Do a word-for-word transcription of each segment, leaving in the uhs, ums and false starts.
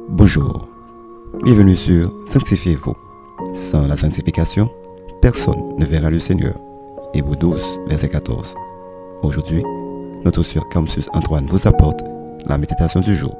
Bonjour, bienvenue sur Sanctifiez-vous. Sans la sanctification, personne ne verra le Seigneur. Hébreux douze, verset quatorze. Aujourd'hui, notre sœur Campus Antoine vous apporte la méditation du jour.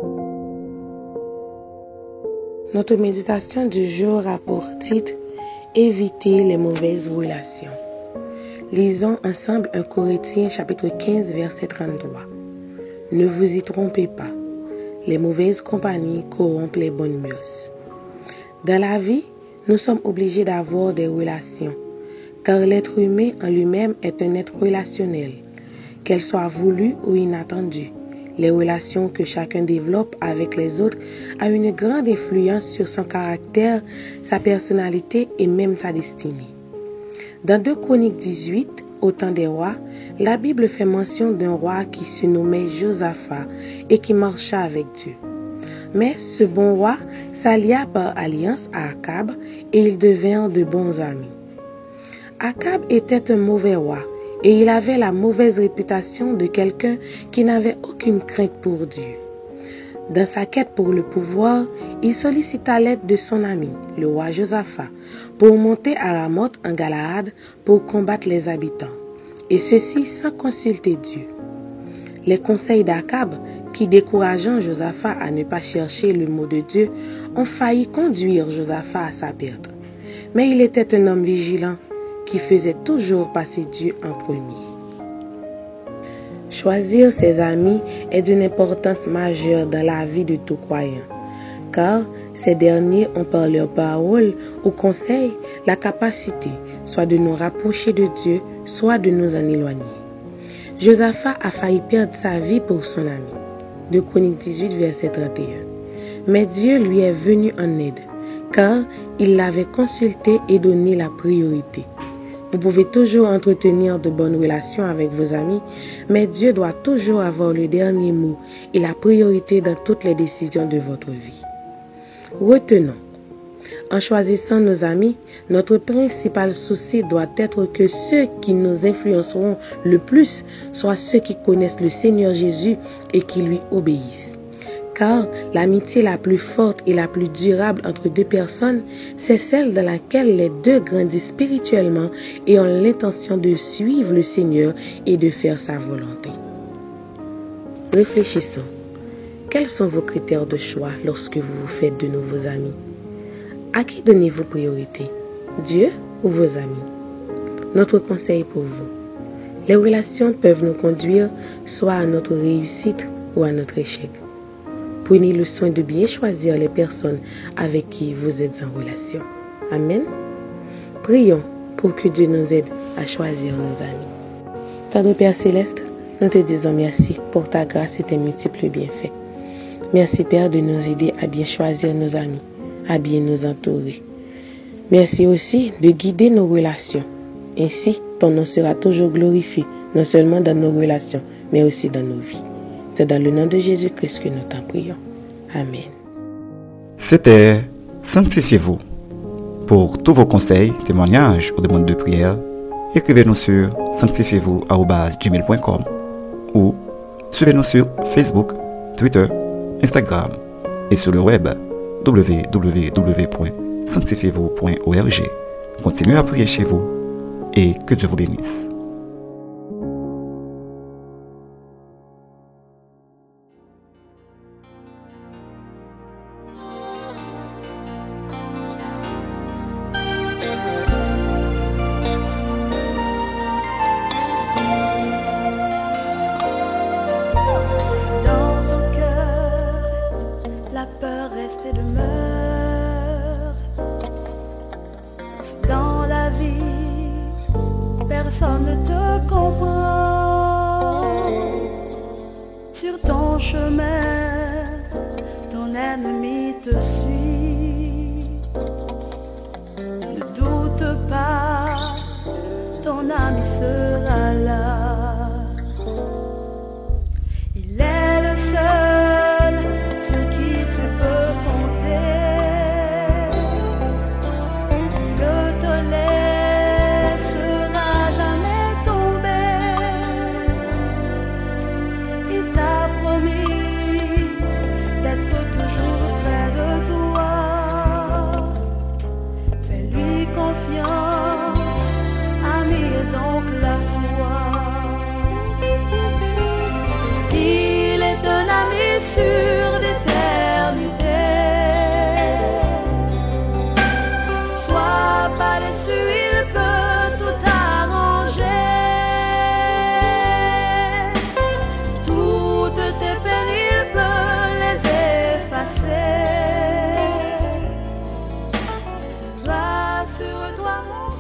Notre méditation du jour a pour titre « Éviter les mauvaises relations ». Lisons ensemble un Corinthiens chapitre quinze, verset trente-trois. « Ne vous y trompez pas, les mauvaises compagnies corrompent les bonnes mœurs. » Dans la vie, nous sommes obligés d'avoir des relations, car l'être humain en lui-même est un être relationnel, qu'elles soient voulues ou inattendues. Les relations que chacun développe avec les autres ont une grande influence sur son caractère, sa personnalité et même sa destinée. Dans deux Chroniques dix-huit, au temps des rois, la Bible fait mention d'un roi qui se nommait Josaphat et qui marcha avec Dieu. Mais ce bon roi s'allia par alliance à Akab et ils devinrent de bons amis. Akab était un mauvais roi et il avait la mauvaise réputation de quelqu'un qui n'avait aucune crainte pour Dieu. Dans sa quête pour le pouvoir, il sollicita l'aide de son ami, le roi Josaphat, pour monter à Ramoth en Galaad pour combattre les habitants, et ceci sans consulter Dieu. Les conseils d'Akab, qui décourageant Josaphat à ne pas chercher le mot de Dieu, ont failli conduire Josaphat à sa perte. Mais il était un homme vigilant, qui faisait toujours passer Dieu en premier. Choisir ses amis est d'une importance majeure dans la vie de tout croyant, car ces derniers ont par leurs paroles ou conseils la capacité soit de nous rapprocher de Dieu, soit de nous en éloigner. Josaphat a failli perdre sa vie pour son ami. deux Chroniques dix-huit, verset trente et un. Mais Dieu lui est venu en aide, car il l'avait consulté et donné la priorité. Vous pouvez toujours entretenir de bonnes relations avec vos amis, mais Dieu doit toujours avoir le dernier mot et la priorité dans toutes les décisions de votre vie. Retenons, en choisissant nos amis, notre principal souci doit être que ceux qui nous influenceront le plus soient ceux qui connaissent le Seigneur Jésus et qui lui obéissent. Car l'amitié la plus forte et la plus durable entre deux personnes, c'est celle dans laquelle les deux grandissent spirituellement et ont l'intention de suivre le Seigneur et de faire sa volonté. Réfléchissons. Quels sont vos critères de choix lorsque vous vous faites de nouveaux amis? À qui donnez-vous priorité? Dieu ou vos amis? Notre conseil pour vous. Les relations peuvent nous conduire soit à notre réussite ou à notre échec. Prenez le soin de bien choisir les personnes avec qui vous êtes en relation. Amen. Prions pour que Dieu nous aide à choisir nos amis. Notre Père Céleste, nous te disons merci pour ta grâce et tes multiples bienfaits. Merci Père de nous aider à bien choisir nos amis, à bien nous entourer. Merci aussi de guider nos relations. Ainsi, ton nom sera toujours glorifié, non seulement dans nos relations, mais aussi dans nos vies. C'est dans le nom de Jésus-Christ que nous t'en prions. Amen. C'était Sanctifiez-vous. Pour tous vos conseils, témoignages ou demandes de prière, écrivez-nous sur sanctifiez-vous arobase gmail point com ou suivez-nous sur Facebook, Twitter, Instagram et sur le web w w w point sanctifiez vous point org. Continuez à prier chez vous et que Dieu vous bénisse. La peur reste et demeure. Si dans la vie personne ne te comprend, sur ton chemin ton ennemi te suit. Ne doute pas, ton ami sera là. Il est le seul sur qui tu peux compter. Ne te laissera jamais tomber. Il t'a promis d'être toujours Rassure-toi, mon